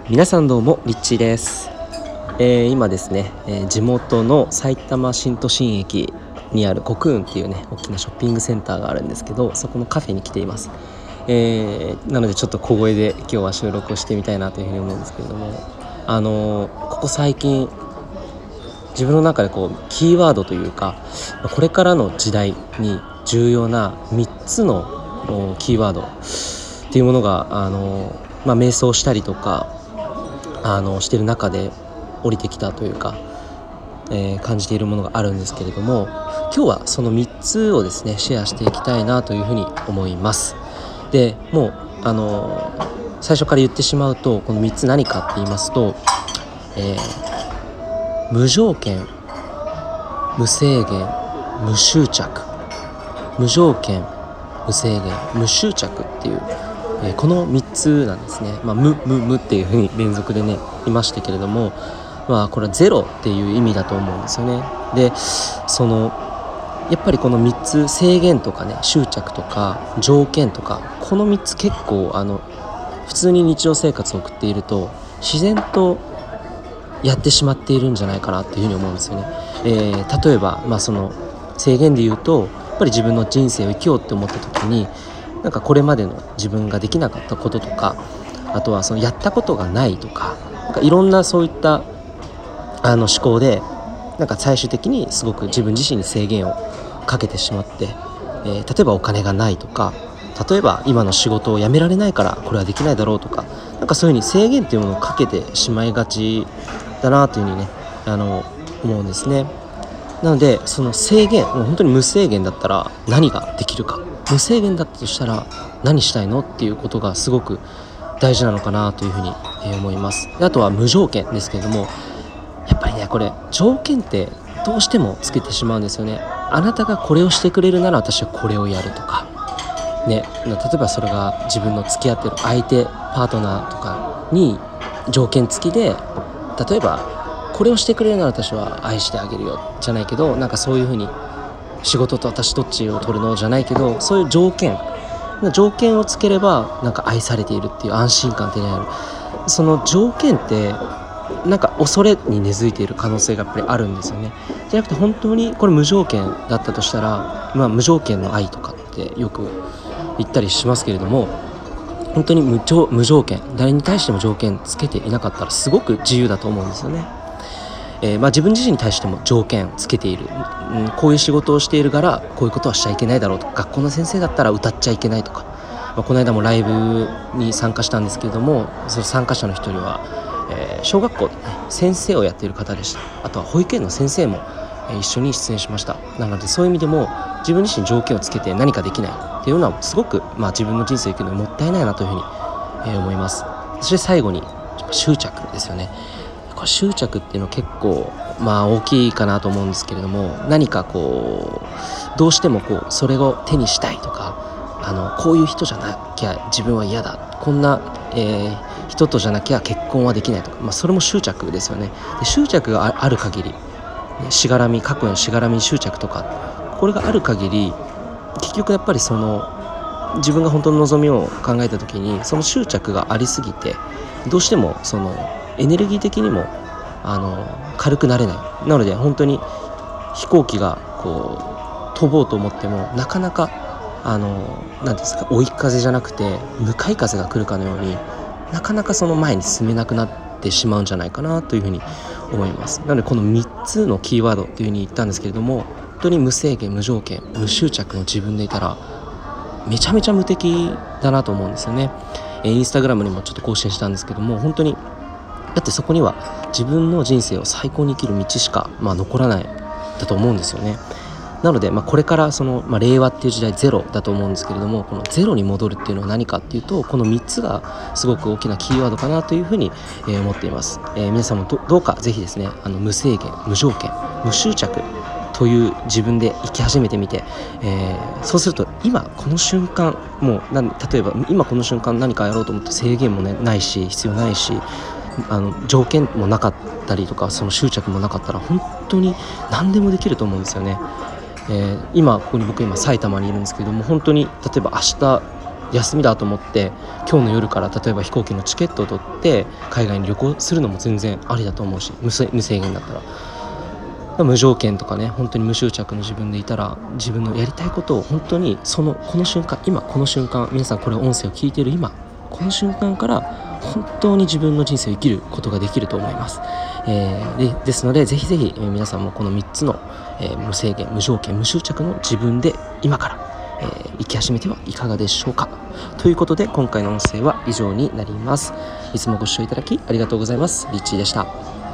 皆さんどうもリッチーです。今ですね、地元の埼玉新都心駅にあるコクーンっていうね大きなショッピングセンターがあるんですけど、そこのカフェに来ています。なのでちょっと小声で今日は収録をしてみたいなというふうに思うんですけれども、ここ最近自分の中でキーワードというか、これからの時代に重要な3つのキーワードっていうものが瞑想したりとかしている中で降りてきたというか、感じているものがあるんですけれども、今日はその3つをですねシェアしていきたいなというふうに思います。でもう最初から言ってしまうと、この3つ何かって言いますと、無条件、無制限、無執着。無条件、無制限、無執着っていう、この3つなんですね。無っていうふうに連続でね言いましたけれども、これはゼロっていう意味だと思うんですよね。でやっぱりこの3つ、制限とかね、執着とか条件とか、この3つ結構普通に日常生活を送っていると自然とやってしまっているんじゃないかなっていうふうに思うんですよね。例えば、その制限で言うと、やっぱり自分の人生を生きようって思った時に、これまでの自分ができなかったこととか、あとはそのやったことがないとか、いろんなそういった思考で最終的にすごく自分自身に制限をかけてしまって、例えばお金がないとか、例えば今の仕事を辞められないからこれはできないだろうとか、そういうふうに制限っていうものをかけてしまいがちだなというふうにね思うんですね。なのでその制限、もう本当に無制限だったら何ができるか、無制限だったとしたら何したいのっていうことがすごく大事なのかなというふうに思います。であとは無条件ですけれども、やっぱりねこれ条件ってどうしてもつけてしまうんですよね。あなたがこれをしてくれるなら私はこれをやるとかね、例えばそれが自分の付き合ってる相手、パートナーとかに条件付きで、例えばこれをしてくれるなら私は愛してあげるよじゃないけど、そういう風に仕事と私どっちを取るのじゃないけど、そういう条件をつければ愛されているっていう安心感ってねある。その条件って恐れに根付いている可能性がやっぱりあるんですよね。じゃなくて本当にこれ無条件だったとしたら、無条件の愛とかってよく言ったりしますけれども、本当に無条件、誰に対しても条件つけていなかったらすごく自由だと思うんですよね。自分自身に対しても条件つけている、こういう仕事をしているからこういうことはしちゃいけないだろうとか、学校の先生だったら歌っちゃいけないとか、この間もライブに参加したんですけれども、その参加者の一人は、小学校で、先生をやっている方でした。あとは保育園の先生も、一緒に出演しました。なのでそういう意味でも自分自身条件をつけて何かできないっていうのはすごく、自分の人生を生きるのにもったいないなというふうに、思います。そして最後に執着ですよね。これ執着っていうのは結構大きいかなと思うんですけれども、何かどうしてもそれを手にしたいとか、こういう人じゃなきゃ自分は嫌だ、こんな、人とじゃなきゃ結婚はできないとか、それも執着ですよね。で執着がある限り、しがらみ、過去のしがらみ、執着とか、これがある限り結局やっぱりその自分が本当の望みを考えた時に、その執着がありすぎてどうしてもそのエネルギー的にも軽くなれない。なので本当に飛行機が飛ぼうと思ってもなかなか何ですか、追い風じゃなくて向かい風が来るかのように、なかなかその前に進めなくなってしまうんじゃないかなというふうに思います。なのでこの3つのキーワードというふうに言ったんですけれども、本当に無制限、無条件、無執着の自分でいたらめちゃめちゃ無敵だなと思うんですよね。インスタグラムにもちょっと更新したんですけども、本当にだってそこには自分の人生を最高に生きる道しか、残らないだと思うんですよね。なので、これからその、令和っていう時代ゼロだと思うんですけれども、このゼロに戻るっていうのは何かっていうと、この3つがすごく大きなキーワードかなというふうに、思っています。皆さんもどうかぜひですね、無制限、無条件、無執着という自分で生き始めてみて、そうすると今この瞬間、もう例えば今この瞬間何かやろうと思って制限も、ないし必要ないし、条件もなかったりとか、その執着もなかったら本当に何でもできると思うんですよね。今ここに僕今埼玉にいるんですけども、本当に例えば明日休みだと思って今日の夜から例えば飛行機のチケットを取って海外に旅行するのも全然ありだと思うし、無制限だったら無条件とかね、本当に無執着の自分でいたら、自分のやりたいことを本当にこの瞬間、今この瞬間、皆さんこれ音声を聞いている今この瞬間から本当に自分の人生を生きることができると思います。ですのでぜひぜひ、皆さんもこの3つの、無制限無条件無執着の自分で今から、生き始めてはいかがでしょうか。ということで今回の音声は以上になります。いつもご視聴いただきありがとうございます。リッチーでした。